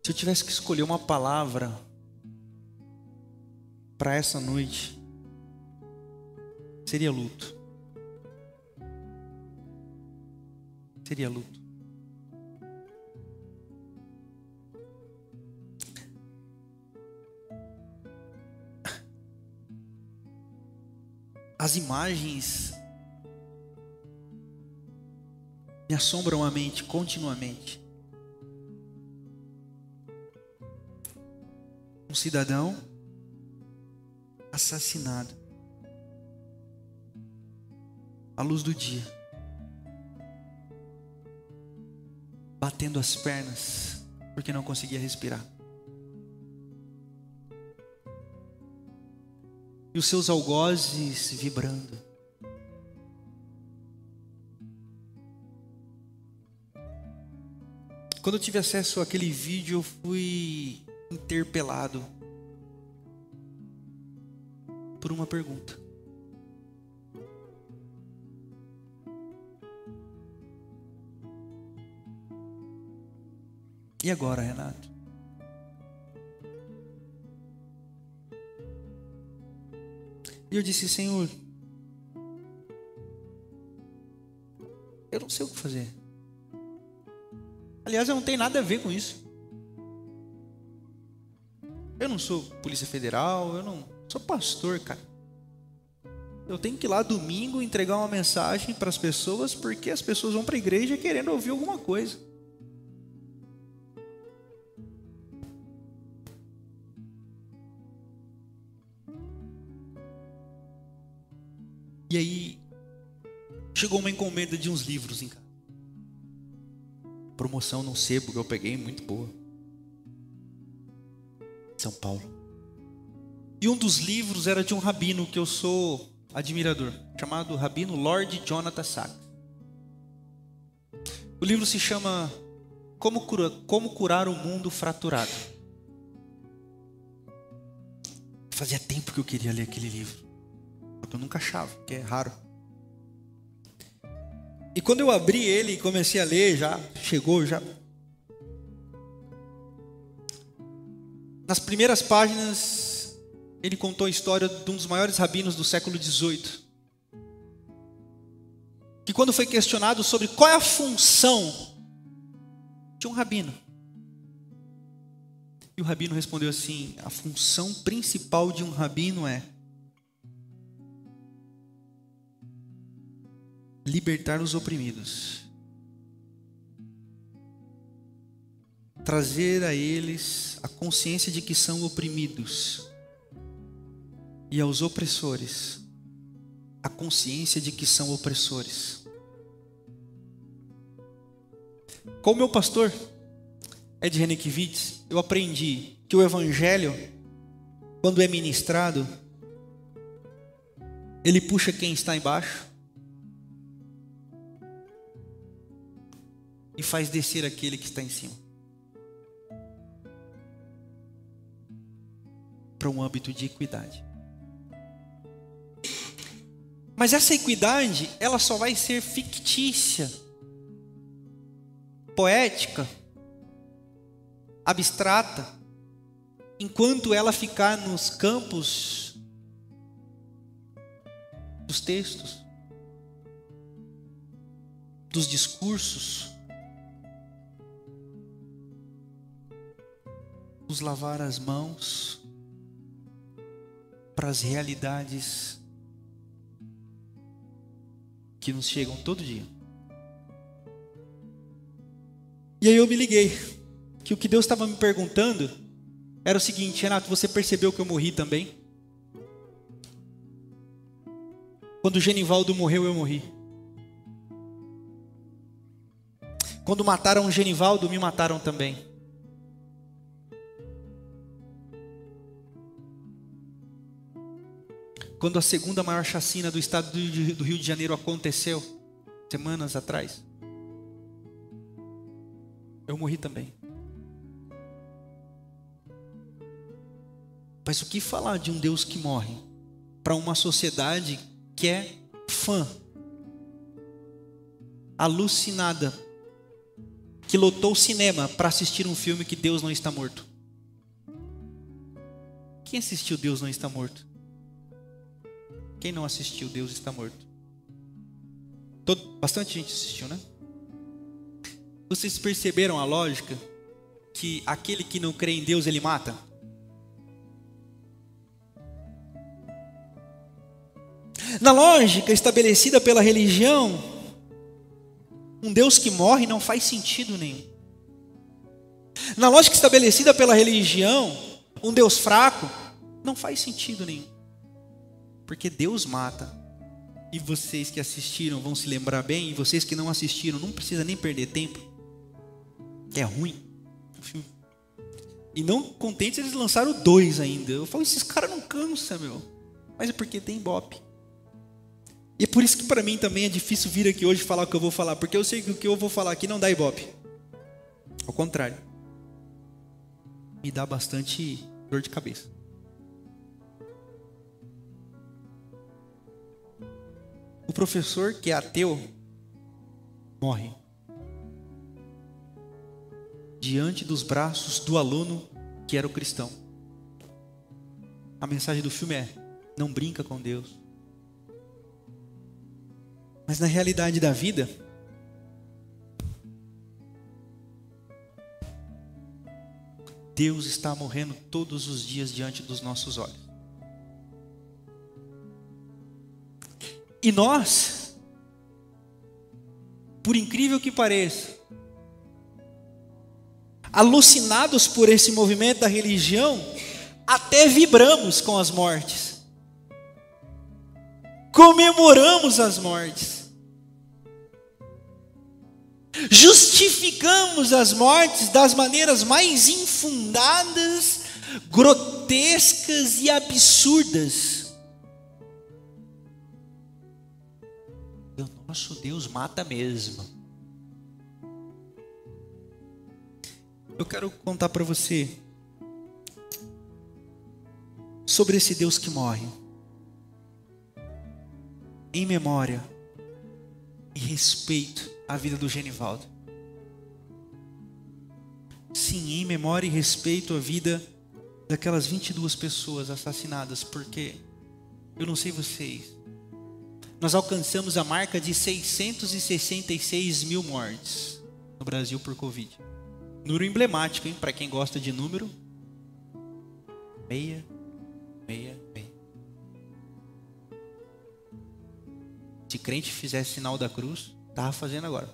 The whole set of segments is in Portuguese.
Se eu tivesse que escolher uma palavra para essa noite, seria luto. Seria luto. As imagens me assombram a mente continuamente. Um cidadão assassinado à luz do dia, batendo as pernas porque não conseguia respirar. E os seus algozes vibrando. Quando eu tive acesso àquele vídeo, eu fui interpelado por uma pergunta. E agora, Renato? E eu disse: Senhor, eu não sei o que fazer. Aliás, eu não tenho nada a ver com isso. Eu não sou Polícia Federal, eu não sou pastor, cara. Eu tenho que ir lá domingo entregar uma mensagem para as pessoas, porque as pessoas vão para a igreja querendo ouvir alguma coisa. E aí, chegou uma encomenda de uns livros em casa. Promoção no sebo que eu peguei, muito boa. São Paulo. E um dos livros era de um rabino que eu sou admirador, chamado Rabino Lord Jonathan Sacks. O livro se chama Como Curar o Mundo Fraturado. Fazia tempo que eu queria ler aquele livro. Eu nunca achava, porque é raro. E quando eu abri ele e comecei a ler, nas primeiras páginas, ele contou a história de um dos maiores rabinos do século XVIII, que quando foi questionado sobre qual é a função de um rabino, e o rabino respondeu assim: a função principal de um rabino é libertar os oprimidos, trazer a eles a consciência de que são oprimidos, e aos opressores a consciência de que são opressores. Com o meu pastor Ed Renekiewicz, eu aprendi que o evangelho, quando é ministrado, ele puxa quem está embaixo e faz descer aquele que está em cima para um âmbito de equidade. Mas essa equidade, ela só vai ser fictícia, poética, abstrata, enquanto ela ficar nos campos dos textos, dos discursos, nos lavar as mãos para as realidades que nos chegam todo dia. E aí eu me liguei que o que Deus estava me perguntando era o seguinte: Renato, você percebeu que eu morri também? Quando o Genivaldo morreu, eu morri. Quando mataram o Genivaldo, me mataram também. Quando a segunda maior chacina do estado do Rio de Janeiro aconteceu, semanas atrás, eu morri também. Mas o que falar de um Deus que morre para uma sociedade que é fã, alucinada, que lotou o cinema para assistir um filme que Deus não está morto? Quem assistiu Deus não está morto? Quem não assistiu Deus está morto? Bastante gente assistiu, né? Vocês perceberam a lógica? Que aquele que não crê em Deus, ele mata? Na lógica estabelecida pela religião, um Deus que morre não faz sentido nenhum. Na lógica estabelecida pela religião, um Deus fraco não faz sentido nenhum. Porque Deus mata. E vocês que assistiram vão se lembrar bem, e vocês que não assistiram, não precisa nem perder tempo. É ruim. E não contentes, eles lançaram 2 ainda. Eu falo, esses caras não cansam, meu. Mas é porque tem Ibope. E é por isso que para mim também é difícil vir aqui hoje falar o que eu vou falar, porque eu sei que o que eu vou falar aqui não dá Ibope. Ao contrário. Me dá bastante dor de cabeça. O professor que é ateu morre diante dos braços do aluno que era o cristão. A mensagem do filme é: não brinca com Deus. Mas na realidade da vida, Deus está morrendo todos os dias diante dos nossos olhos. E nós, por incrível que pareça, alucinados por esse movimento da religião, até vibramos com as mortes. Comemoramos as mortes. Justificamos as mortes das maneiras mais infundadas, grotescas e absurdas. O nosso Deus mata mesmo. Eu quero contar para você sobre esse Deus que morre, em memória e respeito à vida do Genivaldo. Sim, em memória e respeito à vida daquelas 22 pessoas assassinadas, porque eu não sei vocês, nós alcançamos a marca de 666 mil mortes no Brasil por Covid. Número emblemático, hein? Para quem gosta de número. 666. Se crente fizesse sinal da cruz, estava fazendo agora.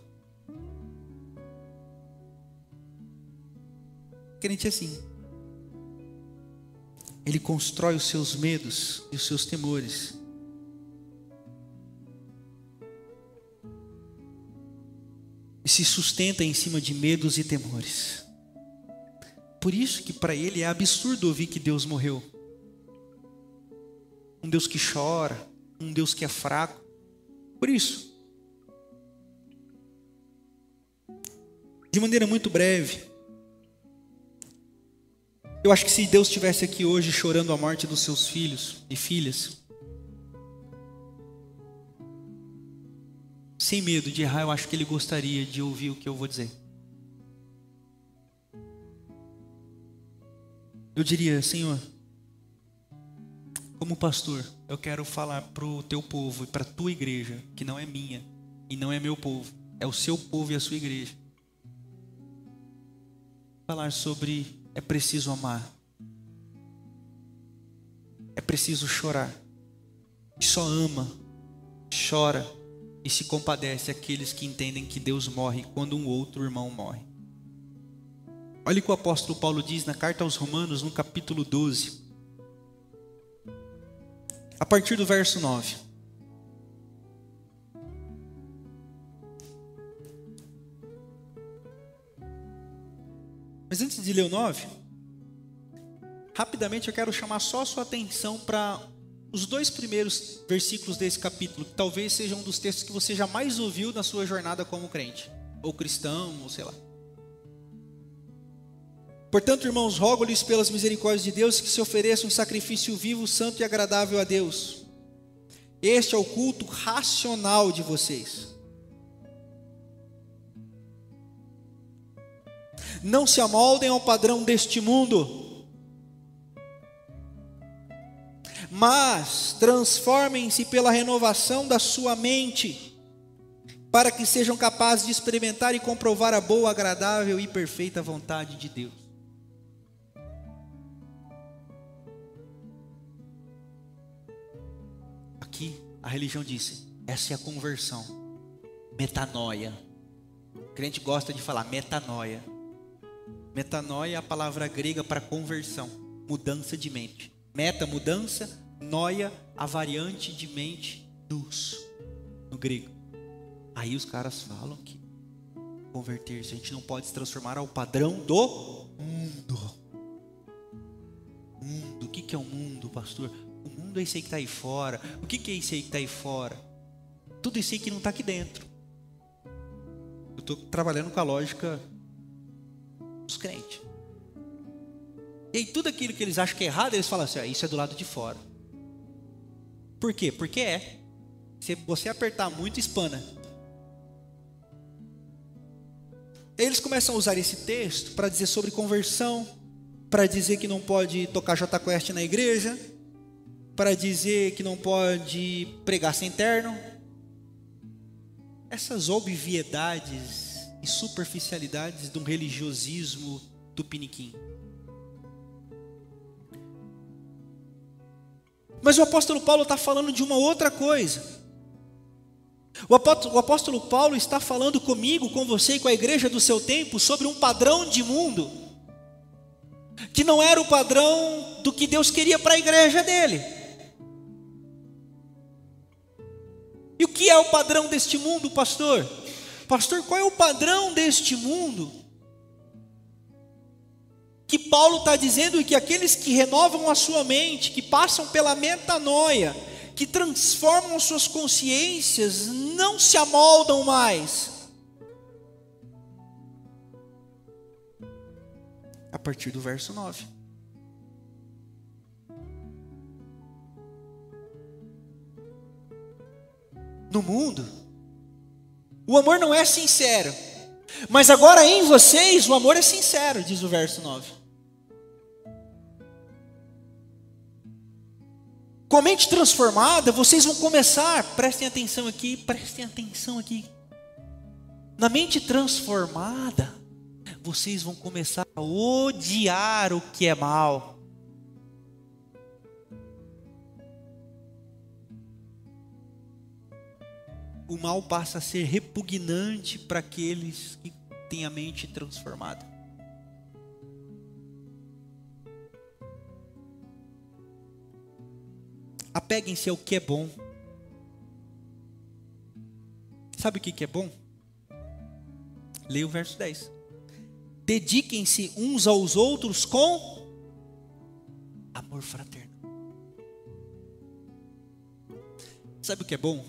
Crente é assim. Ele constrói os seus medos e os seus temores. E se sustenta em cima de medos e temores. Por isso que para ele é absurdo ouvir que Deus morreu. Um Deus que chora, um Deus que é fraco. Por isso, de maneira muito breve, eu acho que se Deus estivesse aqui hoje chorando a morte dos seus filhos e filhas, sem medo de errar, eu acho que Ele gostaria de ouvir o que eu vou dizer. Eu diria: Senhor, como pastor, eu quero falar para o teu povo e para a tua igreja, que não é minha e não é meu povo, é o seu povo e a sua igreja. Falar sobre: é preciso amar, é preciso chorar, e só ama, chora e se compadece aqueles que entendem que Deus morre quando um outro irmão morre. Olha o que o apóstolo Paulo diz na carta aos Romanos, no capítulo 12, a partir do verso 9. Mas antes de ler o 9, rapidamente eu quero chamar só a sua atenção para os 2 primeiros versículos desse capítulo, que talvez seja um dos textos que você jamais ouviu na sua jornada como crente, ou cristão, ou sei lá. Portanto, irmãos, rogo-lhes pelas misericórdias de Deus que se ofereça um sacrifício vivo, santo e agradável a Deus. Este é o culto racional de vocês. Não se amoldem ao padrão deste mundo, mas transformem-se pela renovação da sua mente, para que sejam capazes de experimentar e comprovar a boa, agradável e perfeita vontade de Deus. Aqui a religião disse, essa é a conversão, metanoia. O crente gosta de falar metanoia. Metanoia é a palavra grega para conversão, mudança de mente. Meta, mudança, noia, a variante de mente, nous, no grego. Aí os caras falam que converter-se, a gente não pode se transformar ao padrão do mundo. Mundo, o que é o mundo, pastor? O mundo é isso aí que está aí fora. O que é isso aí que está aí fora? Tudo isso aí que não está aqui dentro. Eu estou trabalhando com a lógica dos crentes. E aí tudo aquilo que eles acham que é errado, eles falam assim, isso é do lado de fora. Por quê? Porque é. Se você apertar muito, espana. Eles começam a usar esse texto para dizer sobre conversão, para dizer que não pode tocar Jota Quest na igreja, para dizer que não pode pregar sem terno. Essas obviedades e superficialidades de um religiosismo tupiniquim. Mas o apóstolo Paulo está falando de uma outra coisa. O apóstolo Paulo está falando comigo, com você e com a igreja do seu tempo sobre um padrão de mundo que não era o padrão do que Deus queria para a igreja dele. E o que é o padrão deste mundo, pastor? Pastor, qual é o padrão deste mundo? Que Paulo está dizendo que aqueles que renovam a sua mente, que passam pela metanoia, que transformam suas consciências, não se amoldam mais. A partir do verso 9. No mundo, o amor não é sincero, mas agora em vocês o amor é sincero, diz o verso 9. Com a mente transformada, vocês vão começar, prestem atenção aqui. Na mente transformada, vocês vão começar a odiar o que é mal. O mal passa a ser repugnante para aqueles que têm a mente transformada. Apeguem-se ao que é bom. Sabe o que é bom? Leia o verso 10. Dediquem-se uns aos outros com amor fraterno. Sabe o que é bom?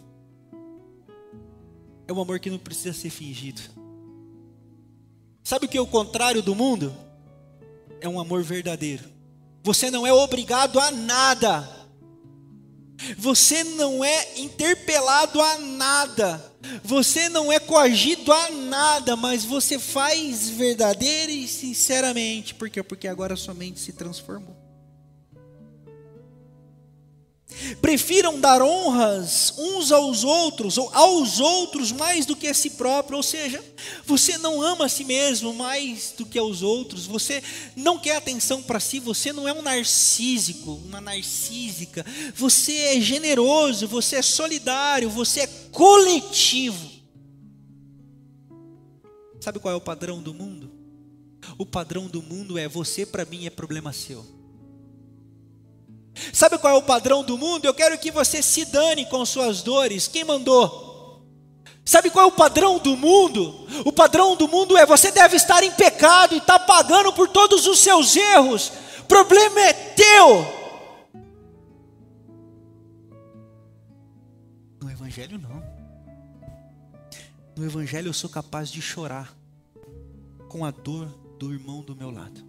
É um amor que não precisa ser fingido. Sabe o que é o contrário do mundo? É um amor verdadeiro. Você não é obrigado a nada. Você não é interpelado a nada, você não é coagido a nada, mas você faz verdadeiro e sinceramente. Por quê? Porque agora sua mente se transformou. Prefiram dar honras uns aos outros, ou aos outros mais do que a si próprio. Ou seja, você não ama a si mesmo mais do que aos outros. Você não quer atenção para si. Você não é um narcísico, uma narcísica. Você é generoso, você é solidário, você é coletivo. Sabe qual é o padrão do mundo? O padrão do mundo é: você para mim é problema seu. Sabe qual é o padrão do mundo? Eu quero que você se dane com suas dores. Quem mandou? Sabe qual é o padrão do mundo? O padrão do mundo é: você deve estar em pecado e está pagando por todos os seus erros. O problema é teu. No evangelho não. No evangelho eu sou capaz de chorar com a dor do irmão do meu lado.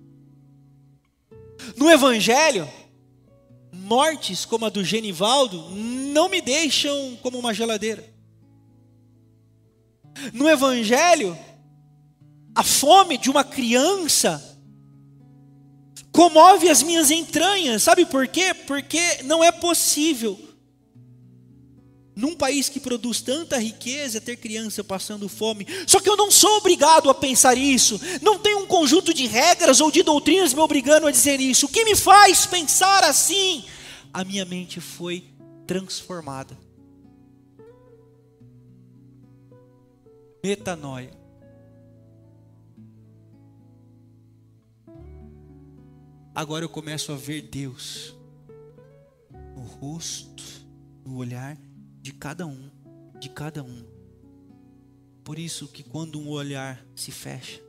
No evangelho, mortes como a do Genivaldo não me deixam como uma geladeira. No evangelho, A fome de uma criança comove as minhas entranhas. Sabe por quê? Porque não é possível, num país que produz tanta riqueza, ter criança passando fome. Só que eu não sou obrigado a pensar isso. Não tem um conjunto de regras ou de doutrinas me obrigando a dizer isso. O que me faz pensar assim? A minha mente foi transformada. Metanoia. Agora eu começo a ver Deus no rosto, no olhar de cada um, de cada um. Por isso que quando um olhar se fecha,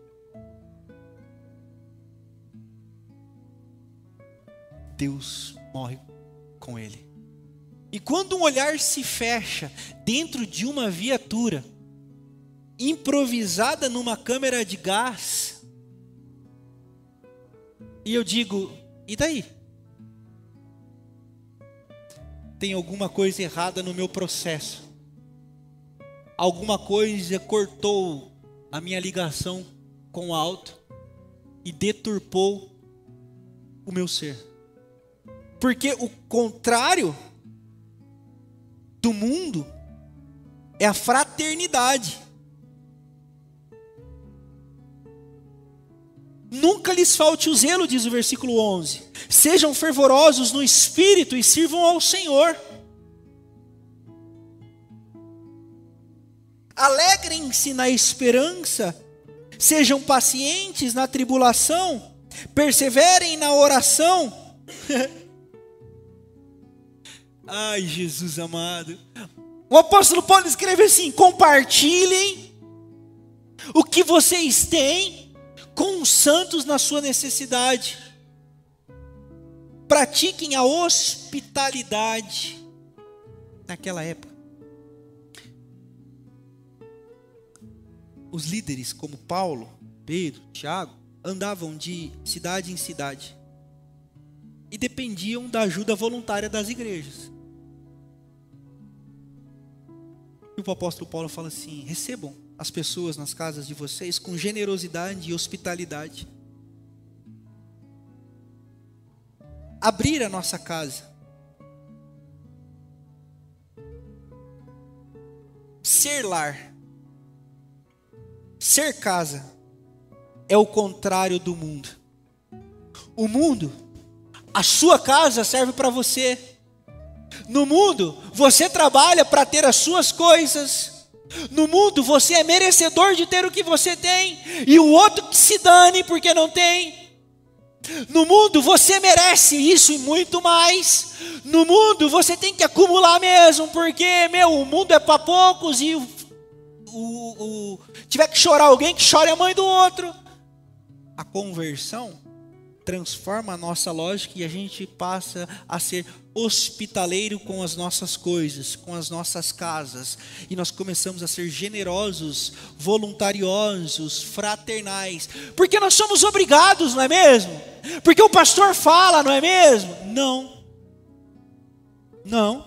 Deus morre com ele. E quando um olhar se fecha dentro de uma viatura improvisada numa câmera de gás, e eu digo, e daí? Tem alguma coisa errada no meu processo. Alguma coisa cortou a minha ligação com o alto e deturpou o meu ser. Porque o contrário do mundo é a fraternidade. Nunca lhes falte o zelo, diz o versículo 11. Sejam fervorosos no espírito e sirvam ao Senhor. Alegrem-se na esperança, sejam pacientes na tribulação, perseverem na oração. Ai, Jesus amado. O apóstolo Paulo escreve assim: compartilhem o que vocês têm com os santos na sua necessidade. Pratiquem a hospitalidade. Naquela época, os líderes como Paulo, Pedro, Tiago, andavam de cidade em cidade e dependiam da ajuda voluntária das igrejas. E o apóstolo Paulo fala assim: recebam as pessoas nas casas de vocês com generosidade e hospitalidade. Abrir a nossa casa, ser lar, ser casa, é o contrário do mundo. O mundo, a sua casa serve para você. No mundo, você trabalha para ter as suas coisas. No mundo, você é merecedor de ter o que você tem, e o outro que se dane porque não tem. No mundo, você merece isso e muito mais. No mundo, você tem que acumular mesmo, porque, o mundo é para poucos, e tiver que chorar alguém, que chore a mãe do outro. A conversão transforma a nossa lógica e a gente passa a ser hospitaleiro com as nossas coisas, com as nossas casas, e nós começamos a ser generosos, voluntariosos, fraternais, porque nós somos obrigados, não é mesmo? Porque o pastor fala, não é mesmo? Não.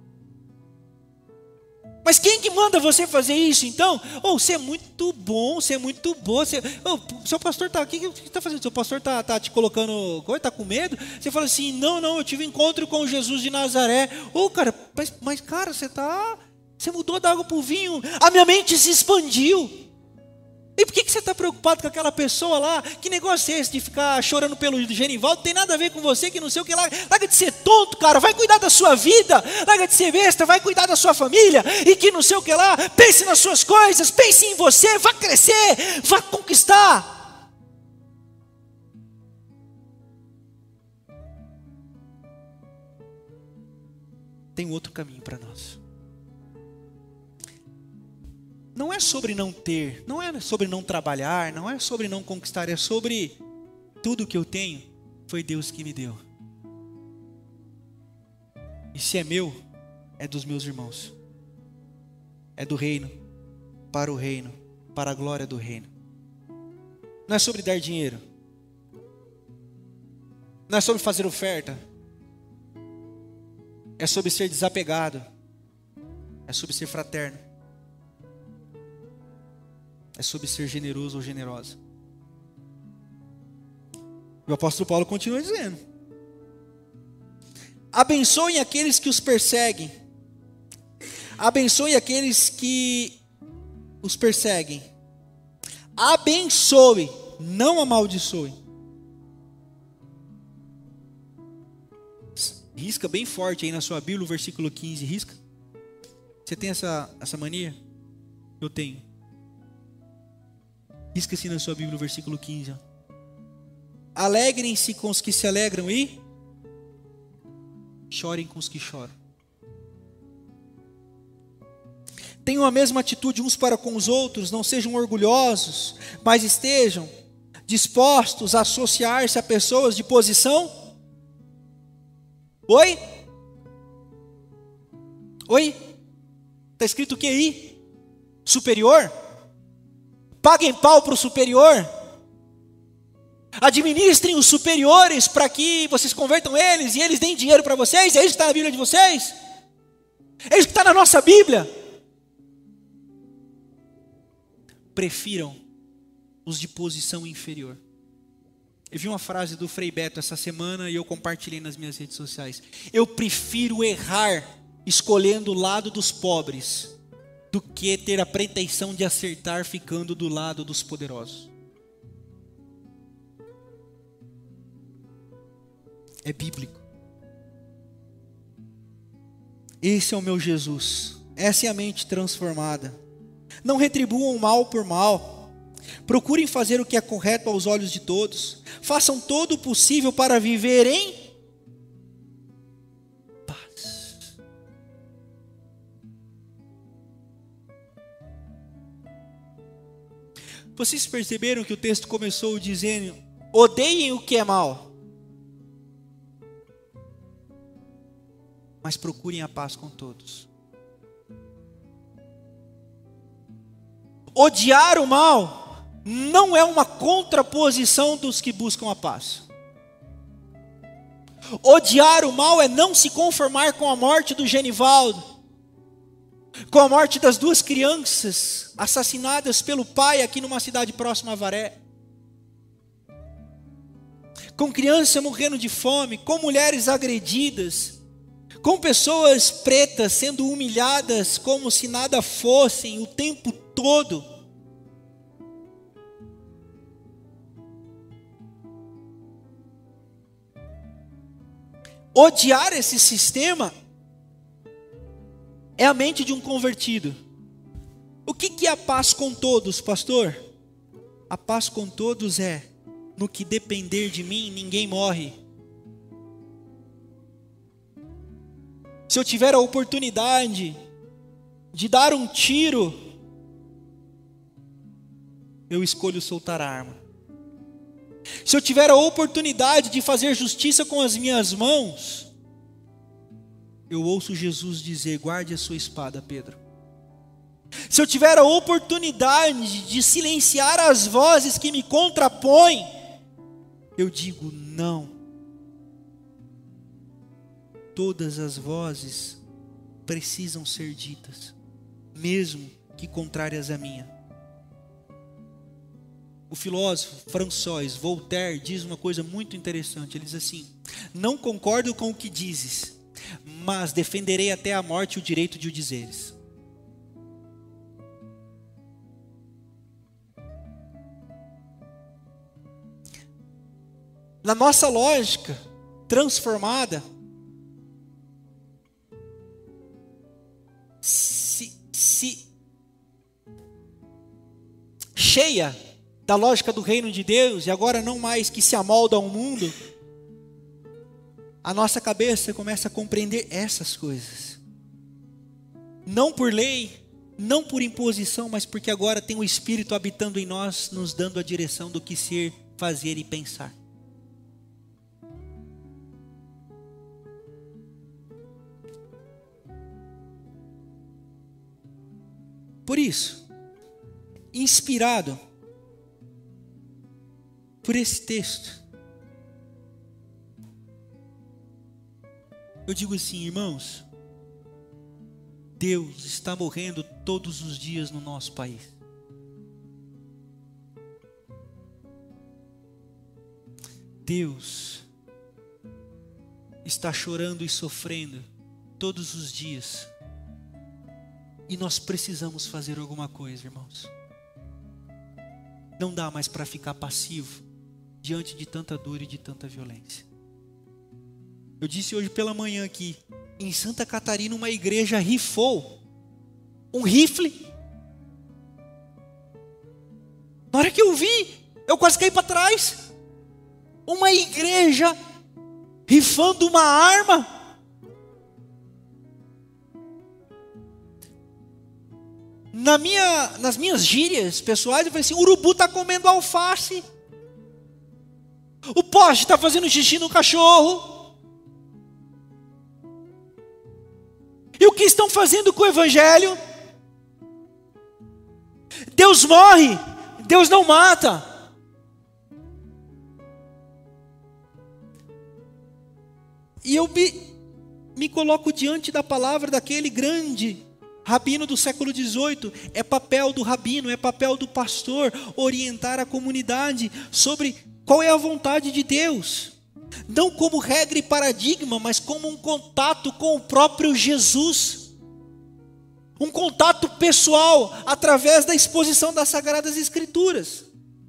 Mas quem que manda você fazer isso então? Você é muito bom, você é muito boa. Seu pastor está aqui, o que está fazendo? Seu pastor está te colocando, está com medo? Você fala assim: não, eu tive encontro com Jesus de Nazaré. Cara, mas cara, você mudou da água para o vinho. A minha mente se expandiu. E por que você está preocupado com aquela pessoa lá? Que negócio é esse de ficar chorando pelo Genivaldo? Não tem nada a ver com você, que não sei o que lá. Larga de ser tonto, cara, vai cuidar da sua vida. Larga de ser besta, vai cuidar da sua família. E que não sei o que lá. Pense nas suas coisas, pense em você, vá crescer, vá conquistar. Tem outro caminho para nós. Não é sobre não ter, não é sobre não trabalhar, não é sobre não conquistar, é sobre tudo que eu tenho, foi Deus que me deu. E se é meu, é dos meus irmãos. É do reino, para a glória do reino. Não é sobre dar dinheiro. Não é sobre fazer oferta. É sobre ser desapegado. É sobre ser fraterno. É sobre ser generoso ou generosa. O apóstolo Paulo continua dizendo: abençoem aqueles que os perseguem. Abençoe aqueles que os perseguem. Abençoe, não amaldiçoe. Risca bem forte aí na sua Bíblia o versículo 15, risca. Você tem essa mania? Eu tenho. Risca assim na sua Bíblia o versículo 15. Ó. Alegrem-se com os que se alegram e chorem com os que choram. Tenham a mesma atitude uns para com os outros, não sejam orgulhosos, mas estejam dispostos a associar-se a pessoas de posição. Oi? Oi? Está escrito o que aí? Superior? Paguem pau para o superior. Administrem os superiores para que vocês convertam eles e eles deem dinheiro para vocês. É isso que está na Bíblia de vocês? É isso que está na nossa Bíblia? Prefiram os de posição inferior. Eu vi uma frase do Frei Beto essa semana e eu compartilhei nas minhas redes sociais. Eu prefiro errar escolhendo o lado dos pobres do que ter a pretensão de acertar ficando do lado dos poderosos. É bíblico. Esse é o meu Jesus. Essa é a mente transformada. Não retribuam mal por mal. Procurem fazer o que é correto aos olhos de todos. Façam todo o possível para viver em paz. Vocês perceberam que o texto começou dizendo: odeiem o que é mal, mas procurem a paz com todos. Odiar o mal não é uma contraposição dos que buscam a paz. Odiar o mal é não se conformar com a morte do Genivaldo, com a morte das 2 crianças assassinadas pelo pai aqui numa cidade próxima a Varé, com crianças morrendo de fome, com mulheres agredidas, com pessoas pretas sendo humilhadas como se nada fossem o tempo todo. Odiar esse sistema é a mente de um convertido. O que é a paz com todos, pastor? A paz com todos é: no que depender de mim, ninguém morre. Se eu tiver a oportunidade de dar um tiro, eu escolho soltar a arma. Se eu tiver a oportunidade de fazer justiça com as minhas mãos, eu ouço Jesus dizer: guarde a sua espada, Pedro. Se eu tiver a oportunidade de silenciar as vozes que me contrapõem, eu digo: não. Todas as vozes precisam ser ditas, mesmo que contrárias à minha. O filósofo François Voltaire diz uma coisa muito interessante. Ele diz assim: não concordo com o que dizes, mas defenderei até a morte o direito de o dizeres. Na nossa lógica transformada, cheia da lógica do reino de Deus, e agora não mais que se amolda ao mundo, a nossa cabeça começa a compreender essas coisas. Não por lei, não por imposição, mas porque agora tem o Espírito habitando em nós, nos dando a direção do que ser, fazer e pensar. Por isso, inspirado por esse texto, eu digo assim, irmãos, Deus está morrendo todos os dias no nosso país. Deus está chorando e sofrendo todos os dias. E nós precisamos fazer alguma coisa, irmãos. Não dá mais para ficar passivo diante de tanta dor e de tanta violência. Eu disse hoje pela manhã aqui, em Santa Catarina, uma igreja rifou um rifle. Na hora que eu vi, eu quase caí para trás. Uma igreja rifando uma arma. Nas minhas gírias pessoais, eu falei assim: o urubu está comendo alface. O poste está fazendo xixi no cachorro. E o que estão fazendo com o evangelho? Deus morre, Deus não mata. E eu me coloco diante da palavra daquele grande rabino do século XVIII. É papel do rabino, é papel do pastor orientar a comunidade sobre qual é a vontade de Deus. Não como regra e paradigma, mas como um contato com o próprio Jesus. Um contato pessoal através da exposição das Sagradas Escrituras.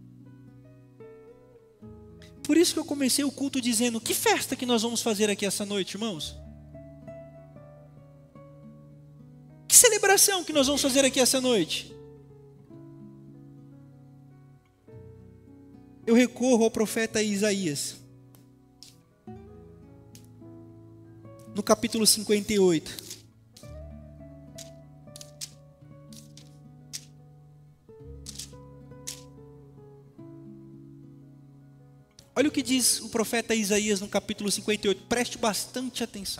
Por isso que eu comecei o culto dizendo: que festa que nós vamos fazer aqui essa noite, irmãos? Que celebração que nós vamos fazer aqui essa noite? Eu recorro ao profeta Isaías, no capítulo 58. Olha o que diz o profeta Isaías no capítulo 58, preste bastante atenção.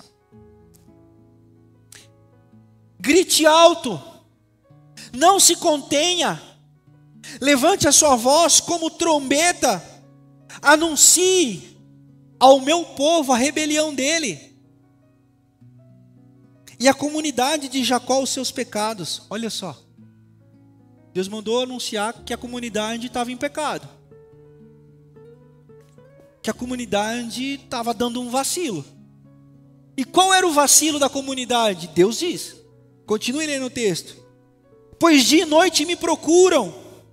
Grite alto, não se contenha, levante a sua voz como trombeta, anuncie ao meu povo a rebelião dele, e a comunidade de Jacó os seus pecados. Olha só, Deus mandou anunciar que a comunidade estava em pecado, que a comunidade estava dando um vacilo. E qual era o vacilo da comunidade? Deus diz, continue lendo o texto: pois dia e noite me procuram,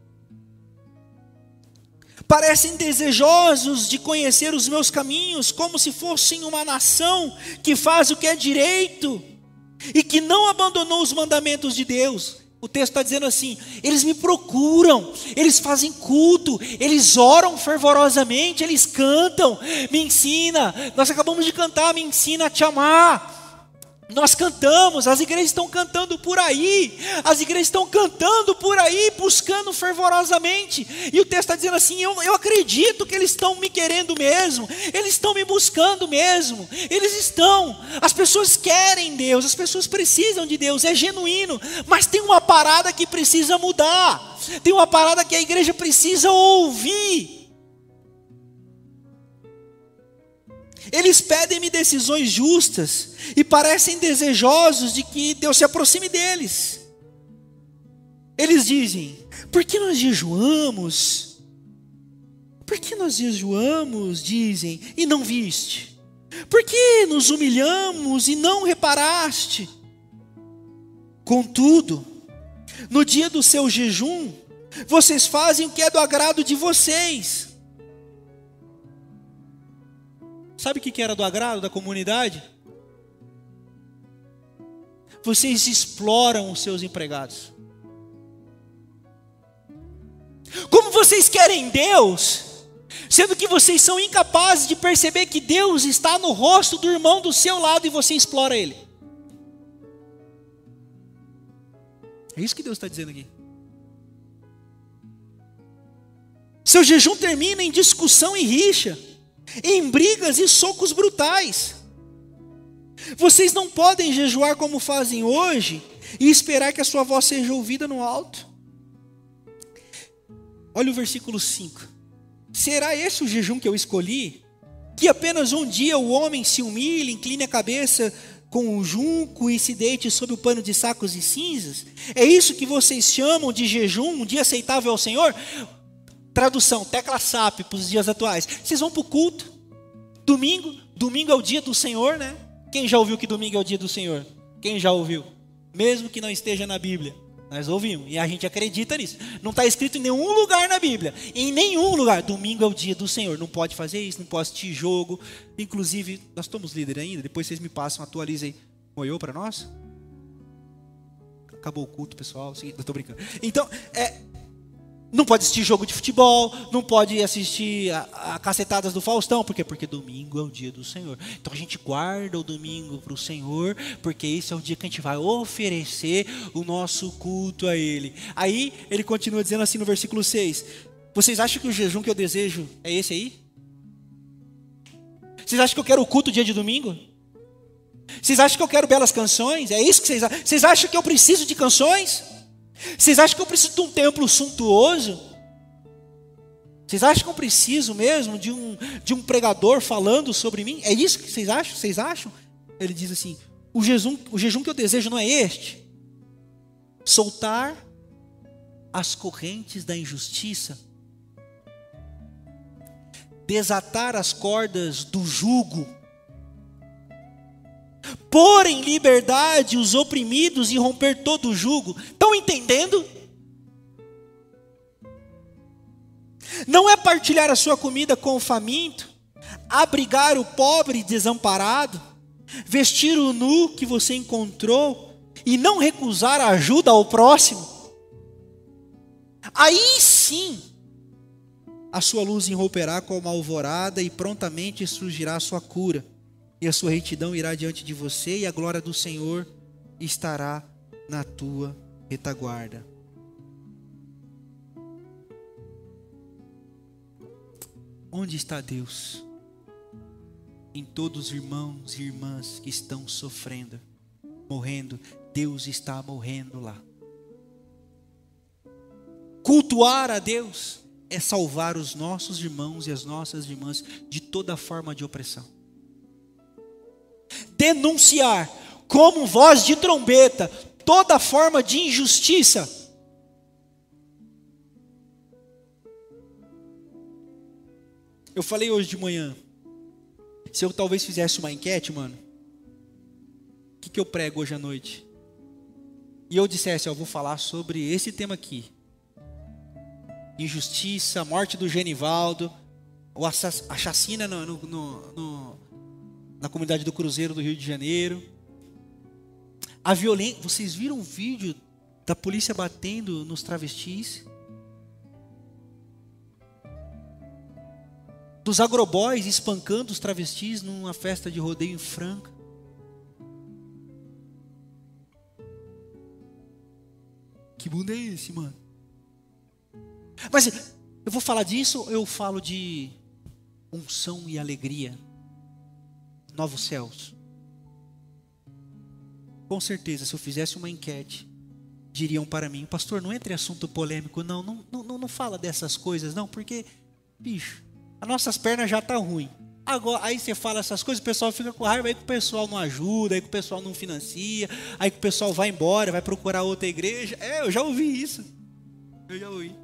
parecem desejosos de conhecer os meus caminhos, como se fossem uma nação que faz o que é direito e que não abandonou os mandamentos de Deus. O texto está dizendo assim: eles me procuram, eles fazem culto, eles oram fervorosamente, eles cantam, me ensina, nós acabamos de cantar, me ensina a te amar. Nós cantamos, as igrejas estão cantando por aí, as igrejas estão cantando por aí, buscando fervorosamente. E o texto está dizendo assim: eu acredito que eles estão me querendo mesmo, eles estão me buscando mesmo, eles estão, as pessoas querem Deus, as pessoas precisam de Deus, é genuíno, mas tem uma parada que precisa mudar, tem uma parada que a igreja precisa ouvir. Eles pedem-me decisões justas e parecem desejosos de que Deus se aproxime deles. Eles dizem: por que nós jejuamos? Por que nós jejuamos, dizem, e não viste? Por que nos humilhamos e não reparaste? Contudo, no dia do seu jejum, vocês fazem o que é do agrado de vocês. Sabe o que era do agrado da comunidade? Vocês exploram os seus empregados. Como vocês querem Deus, sendo que vocês são incapazes de perceber que Deus está no rosto do irmão do seu lado e você explora ele. É isso que Deus está dizendo aqui. Seu jejum termina em discussão e rixa, em brigas e socos brutais. Vocês não podem jejuar como fazem hoje e esperar que a sua voz seja ouvida no alto. Olha o versículo 5. Será esse o jejum que eu escolhi? Que apenas um dia o homem se humilhe, incline a cabeça com o junco e se deite sob o pano de sacos e cinzas? É isso que vocês chamam de jejum, um dia aceitável ao Senhor? Tradução, tecla SAP para os dias atuais. Vocês vão para o culto, domingo é o dia do Senhor, né? Quem já ouviu que domingo é o dia do Senhor? Quem já ouviu? Mesmo que não esteja na Bíblia, nós ouvimos e a gente acredita nisso. Não está escrito em nenhum lugar na Bíblia, em nenhum lugar. Domingo é o dia do Senhor, não pode fazer isso, não pode assistir jogo. Inclusive, nós somos líderes ainda, depois vocês me passam, atualizem Moiô para nós. Acabou o culto, pessoal, eu estou brincando. Então, não pode assistir jogo de futebol, não pode assistir a cacetadas do Faustão. Por quê? Porque domingo é o dia do Senhor. Então a gente guarda o domingo para o Senhor, porque esse é o dia que a gente vai oferecer o nosso culto a Ele. Aí ele continua dizendo assim no versículo 6. Vocês acham que o jejum que eu desejo é esse aí? Vocês acham que eu quero o culto dia de domingo? Vocês acham que eu quero belas canções? É isso que vocês acham? Vocês acham que eu preciso de canções? Vocês acham que eu preciso de um templo suntuoso? Vocês acham que eu preciso mesmo de um pregador falando sobre mim? É isso que vocês acham? Vocês acham? Ele diz assim, o jejum que eu desejo não é este. Soltar as correntes da injustiça. Desatar as cordas do jugo. Pôr em liberdade os oprimidos e romper todo o jugo. Estão entendendo? Não é partilhar a sua comida com o faminto, abrigar o pobre e desamparado, vestir o nu que você encontrou e não recusar a ajuda ao próximo. Aí sim, a sua luz irromperá como a alvorada e prontamente surgirá a sua cura. E a sua retidão irá diante de você, e a glória do Senhor estará na tua retaguarda. Onde está Deus? Em todos os irmãos e irmãs que estão sofrendo, morrendo. Deus está morrendo lá. Cultuar a Deus é salvar os nossos irmãos e as nossas irmãs de toda forma de opressão. Denunciar como voz de trombeta toda forma de injustiça. Eu falei hoje de manhã, se eu talvez fizesse uma enquete, mano, o que eu prego hoje à noite? E eu dissesse, eu vou falar sobre esse tema aqui. Injustiça, a morte do Genivaldo, a chacina na comunidade do Cruzeiro do Rio de Janeiro. A violência. Vocês viram um vídeo da polícia batendo nos travestis? Dos agroboys espancando os travestis numa festa de rodeio em Franca. Que mundo é esse, mano? Mas eu vou falar disso ou eu falo de unção e alegria? Novos céus. Com certeza, se eu fizesse uma enquete, diriam para mim, pastor, não entre em assunto polêmico, não fala dessas coisas, não, porque, bicho, as nossas pernas já estão ruins. Agora, aí você fala essas coisas, o pessoal fica com raiva, aí que o pessoal não ajuda, aí que o pessoal não financia, aí que o pessoal vai embora, vai procurar outra igreja. Eu já ouvi isso. Eu já ouvi.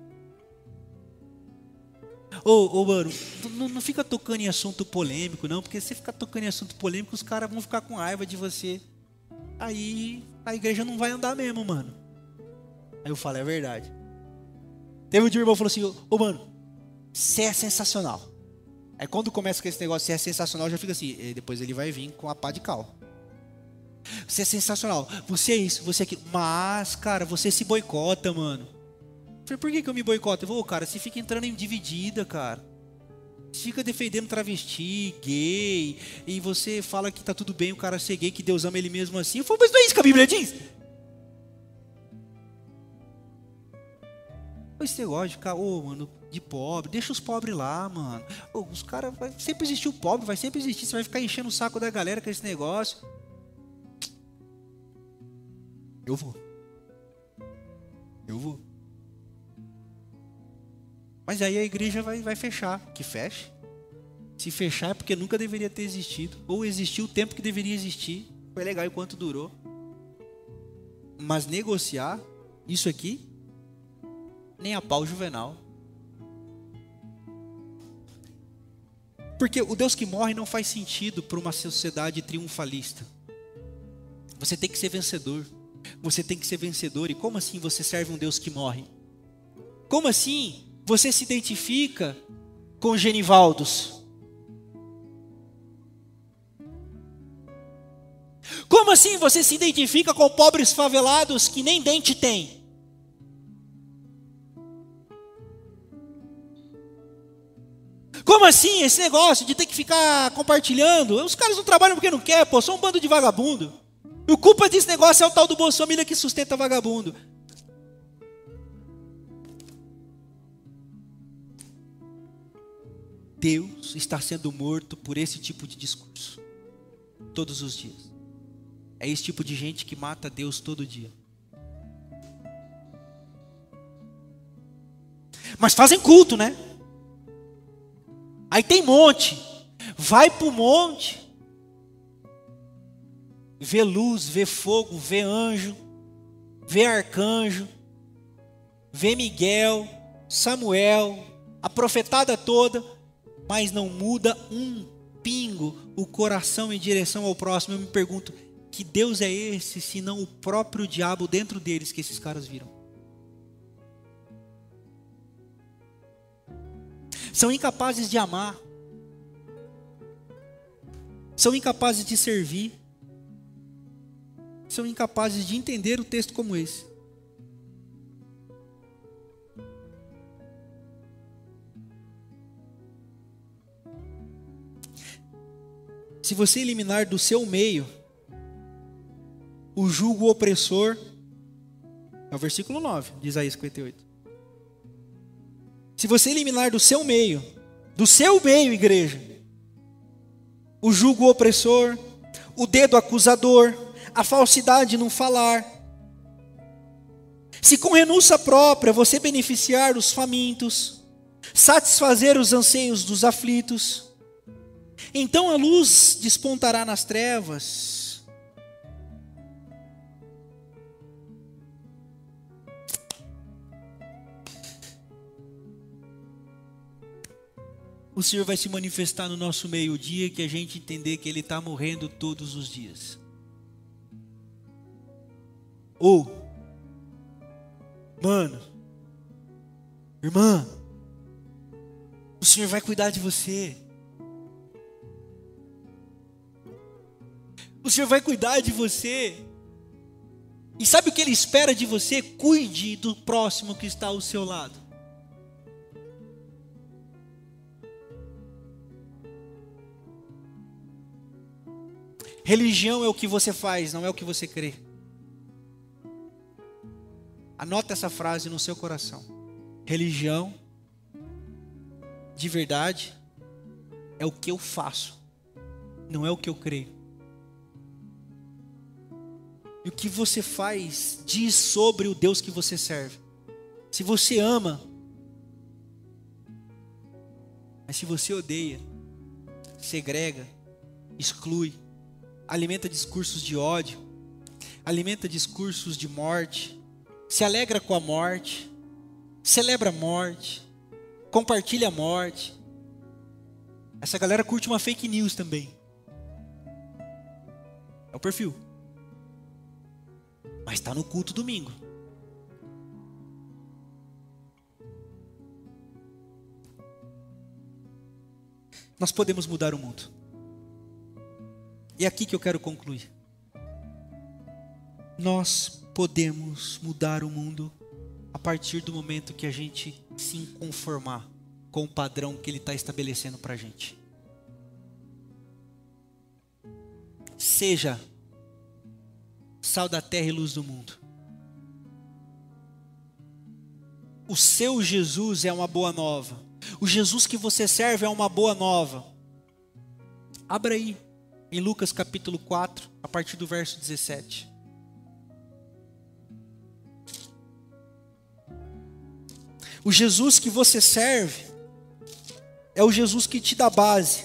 Mano, não fica tocando em assunto polêmico, não, porque se você ficar tocando em assunto polêmico, os caras vão ficar com raiva de você. Aí a igreja não vai andar mesmo, mano. Aí eu falo, é verdade. Teve um dia o irmão falou assim, mano, você é sensacional. Aí quando começa com esse negócio, você é sensacional, já fica assim, e depois ele vai vir com a pá de cal. Você é sensacional, você é isso, você é aquilo. Mas, cara, você se boicota, mano. Eu falei, por que eu me boicoto? Eu vou, cara, você fica entrando em dividida, cara. Você fica defendendo travesti, gay, e você fala que tá tudo bem o cara ser gay, que Deus ama ele mesmo assim. Eu falo, mas não é isso que a Bíblia diz? Esse negócio de ficar, mano, de pobre, deixa os pobres lá, mano. Os caras, vai sempre existir o pobre, vai sempre existir, você vai ficar enchendo o saco da galera com esse negócio. Eu vou. Mas aí a igreja vai fechar. Que feche. Se fechar é porque nunca deveria ter existido. Ou existiu o tempo que deveria existir. Foi legal enquanto durou. Mas negociar isso aqui, nem a pau Juvenal. Porque o Deus que morre não faz sentido para uma sociedade triunfalista. Você tem que ser vencedor. Você tem que ser vencedor. E como assim você serve um Deus que morre? Como assim você se identifica com Genivaldos? Como assim você se identifica com pobres favelados que nem dente têm? Como assim esse negócio de ter que ficar compartilhando? Os caras não trabalham porque não querem, pô, são um bando de vagabundo. E o culpa desse negócio é o tal do Bolsa Família que sustenta vagabundo. Deus está sendo morto por esse tipo de discurso. Todos os dias. É esse tipo de gente que mata Deus todo dia. Mas fazem culto, né? Aí tem monte. Vai pro monte. Vê luz, vê fogo, vê anjo, vê arcanjo, vê Miguel, Samuel, a profetada toda, mas não muda um pingo o coração em direção ao próximo. Eu me pergunto, que Deus é esse, se não o próprio diabo dentro deles que esses caras viram? São incapazes de amar, são incapazes de servir, são incapazes de entender o texto como esse. Se você eliminar do seu meio o jugo opressor, é o versículo 9 de Isaías 58. Se você eliminar do seu meio, igreja, o jugo opressor, o dedo acusador, a falsidade no falar, se com renúncia própria você beneficiar os famintos, satisfazer os anseios dos aflitos, então a luz despontará nas trevas. O Senhor vai se manifestar no nosso meio o dia que a gente entender que Ele está morrendo todos os dias. Ou, mano, irmã, o Senhor vai cuidar de você. O Senhor vai cuidar de você. E sabe o que Ele espera de você? Cuide do próximo que está ao seu lado. Religião é o que você faz, não é o que você crê. Anota essa frase no seu coração. Religião, de verdade, é o que eu faço, não é o que eu creio. E o que você faz diz sobre o Deus que você serve. Se você ama, mas se você odeia, segrega, exclui, alimenta discursos de ódio, alimenta discursos de morte, se alegra com a morte, celebra a morte, compartilha a morte. Essa galera curte uma fake news também. É o perfil. Mas está no culto domingo. Nós podemos mudar o mundo. E é aqui que eu quero concluir. Nós podemos mudar o mundo a partir do momento que a gente se conformar com o padrão que Ele está estabelecendo para a gente. Seja sal da terra e luz do mundo. O seu Jesus é uma boa nova. O Jesus que você serve é uma boa nova. Abra aí em Lucas capítulo 4, a partir do verso 17. O Jesus que você serve é o Jesus que te dá base.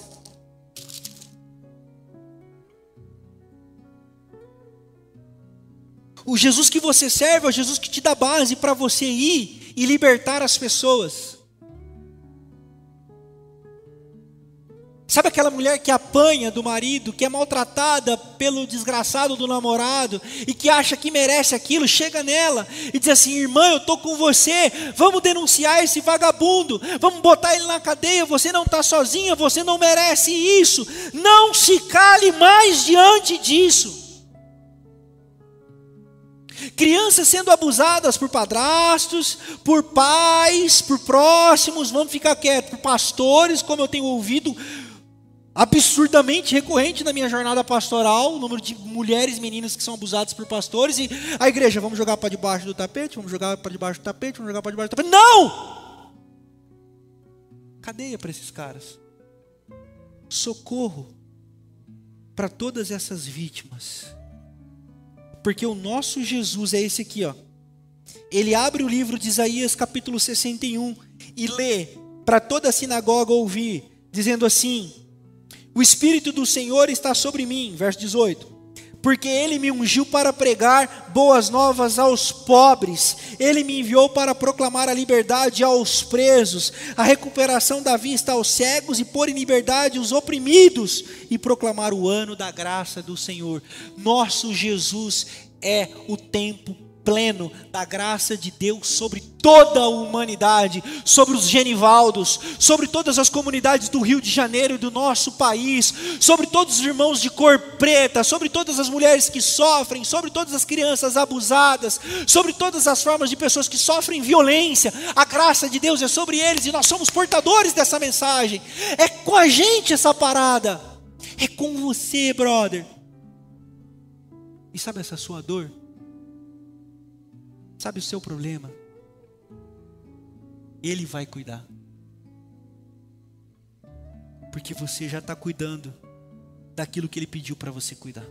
O Jesus que você serve é o Jesus que te dá base para você ir e libertar as pessoas. Sabe aquela mulher que apanha do marido, que é maltratada pelo desgraçado do namorado e que acha que merece aquilo, chega nela e diz assim: irmã, eu estou com você, vamos denunciar esse vagabundo, vamos botar ele na cadeia, você não está sozinha, você não merece isso. Não se cale mais diante disso. Crianças sendo abusadas por padrastos, por pais, por próximos, vamos ficar quietos, por pastores, como eu tenho ouvido absurdamente recorrente na minha jornada pastoral, o número de mulheres, meninas que são abusadas por pastores, e a igreja, vamos jogar para debaixo do tapete, vamos jogar para debaixo do tapete, vamos jogar para debaixo do tapete. Não! Cadeia para esses caras. Socorro para todas essas vítimas. Porque o nosso Jesus é esse aqui, ó. Ele abre o livro de Isaías capítulo 61 e lê para toda a sinagoga ouvir, dizendo assim: o Espírito do Senhor está sobre mim, verso 18, porque Ele me ungiu para pregar boas novas aos pobres, Ele me enviou para proclamar a liberdade aos presos, a recuperação da vista aos cegos e pôr em liberdade os oprimidos, e proclamar o ano da graça do Senhor. Nosso Jesus é o tempo pleno da graça de Deus sobre toda a humanidade, sobre os Genivaldos, sobre todas as comunidades do Rio de Janeiro e do nosso país, sobre todos os irmãos de cor preta, sobre todas as mulheres que sofrem, sobre todas as crianças abusadas, sobre todas as formas de pessoas que sofrem violência. A graça de Deus é sobre eles e nós somos portadores dessa mensagem. É com a gente essa parada, é com você, brother. E sabe essa sua dor? Sabe o seu problema? Ele vai cuidar. Porque você já está cuidando daquilo que Ele pediu para você cuidar.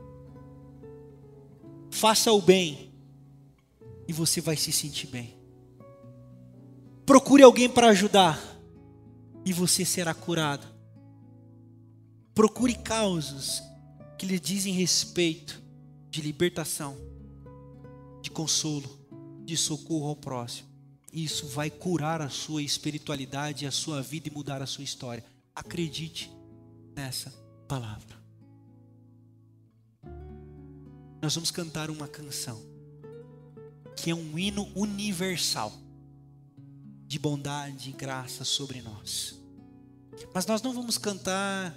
Faça o bem e você vai se sentir bem. Procure alguém para ajudar e você será curado. Procure causas que lhe dizem respeito, de libertação, de consolo, de socorro ao próximo. Isso vai curar a sua espiritualidade, a sua vida e mudar a sua história. Acredite nessa palavra. Nós vamos cantar uma canção que é um hino universal de bondade e graça sobre nós. Mas nós não vamos cantar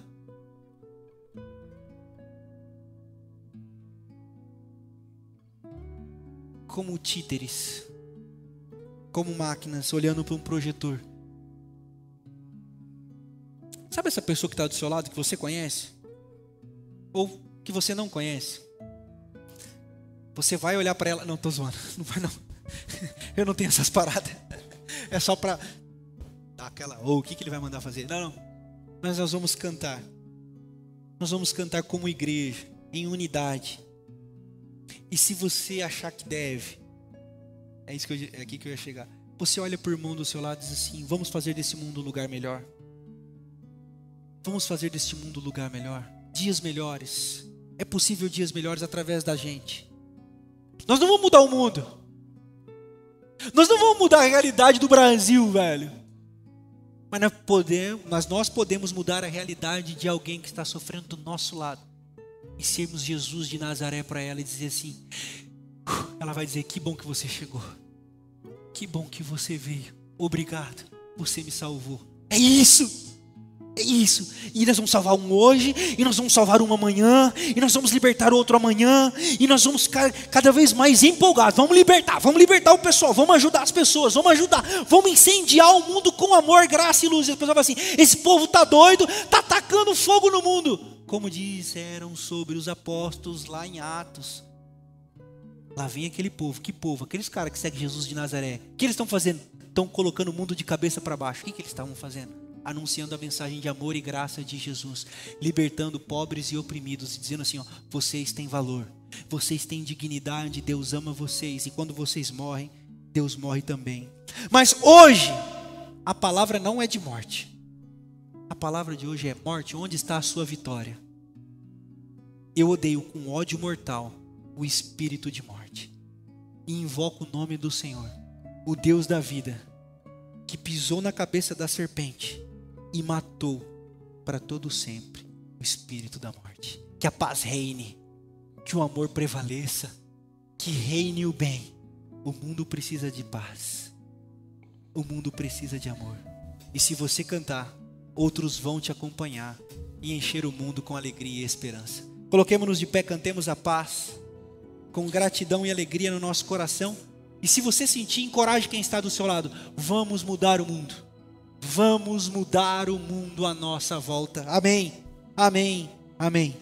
como títeres, como máquinas olhando para um projetor. Sabe essa pessoa que está do seu lado, que você conhece? Ou que você não conhece? Você vai olhar para ela, não, estou zoando, não vai não. Eu não tenho essas paradas. É só para dar aquela, ou o que ele vai mandar fazer? Não. Mas nós vamos cantar. Nós vamos cantar como igreja, em unidade. E se você achar que deve, é aqui que eu ia chegar. Você olha para o irmão do seu lado e diz assim: vamos fazer desse mundo um lugar melhor. Vamos fazer deste mundo um lugar melhor. Dias melhores. É possível dias melhores através da gente. Nós não vamos mudar o mundo. Nós não vamos mudar a realidade do Brasil, velho. Mas nós podemos mudar a realidade de alguém que está sofrendo do nosso lado. E sermos Jesus de Nazaré para ela e dizer assim, ela vai dizer: que bom que você chegou. Que bom que você veio. Obrigado, você me salvou. É isso. É isso. E nós vamos salvar um hoje, e nós vamos salvar um amanhã, e nós vamos libertar outro amanhã, e nós vamos ficar cada vez mais empolgados. Vamos libertar o pessoal, vamos ajudar as pessoas, vamos incendiar o mundo com amor, graça e luz. E as pessoas falam assim: esse povo tá doido, tá tacando fogo no mundo. Como disseram sobre os apóstolos lá em Atos. Lá vem aquele povo, que povo? Aqueles caras que seguem Jesus de Nazaré. O que eles estão fazendo? Estão colocando o mundo de cabeça para baixo. O que eles estavam fazendo? Anunciando a mensagem de amor e graça de Jesus, libertando pobres e oprimidos, e dizendo assim: ó, vocês têm valor, vocês têm dignidade, Deus ama vocês, e quando vocês morrem, Deus morre também. Mas hoje, a palavra não é de morte. A palavra de hoje é: morte, onde está a sua vitória? Eu odeio com ódio mortal o espírito de morte, e invoco o nome do Senhor, o Deus da vida, que pisou na cabeça da serpente e matou para todo sempre o espírito da morte. Que a paz reine, que o amor prevaleça, que reine o bem. O mundo precisa de paz, o mundo precisa de amor. E se você cantar, outros vão te acompanhar e encher o mundo com alegria e esperança. Coloquemos-nos de pé, cantemos a paz, com gratidão e alegria no nosso coração. E se você sentir, encoraje quem está do seu lado. Vamos mudar o mundo. Vamos mudar o mundo à nossa volta. Amém, amém, amém.